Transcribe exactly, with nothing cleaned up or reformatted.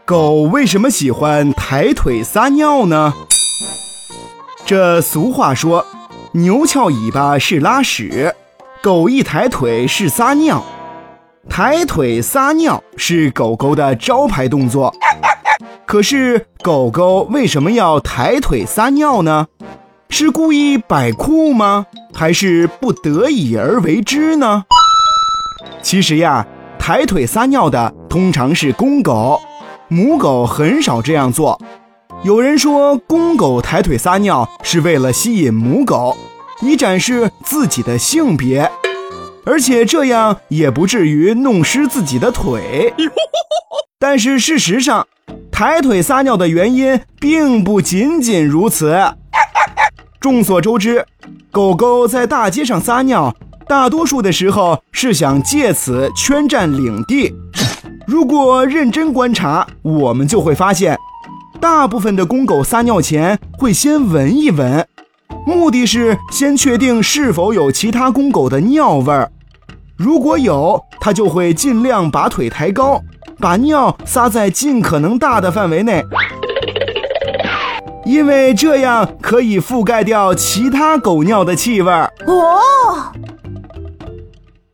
狗为什么喜欢抬腿撒尿呢？这俗话说，牛翘尾巴是拉屎，狗一抬腿是撒尿。抬腿撒尿是狗狗的招牌动作。可是狗狗为什么要抬腿撒尿呢？是故意摆酷吗？还是不得已而为之呢？其实呀，抬腿撒尿的通常是公狗，母狗很少这样做。有人说公狗抬腿撒尿是为了吸引母狗，以展示自己的性别，而且这样也不至于弄湿自己的腿。但是事实上，抬腿撒尿的原因并不仅仅如此。众所周知，狗狗在大街上撒尿，大多数的时候是想借此圈占领地。如果认真观察，我们就会发现，大部分的公狗撒尿前会先闻一闻，目的是先确定是否有其他公狗的尿味儿。如果有，它就会尽量把腿抬高，把尿撒在尽可能大的范围内，因为这样可以覆盖掉其他狗尿的气味。 哦，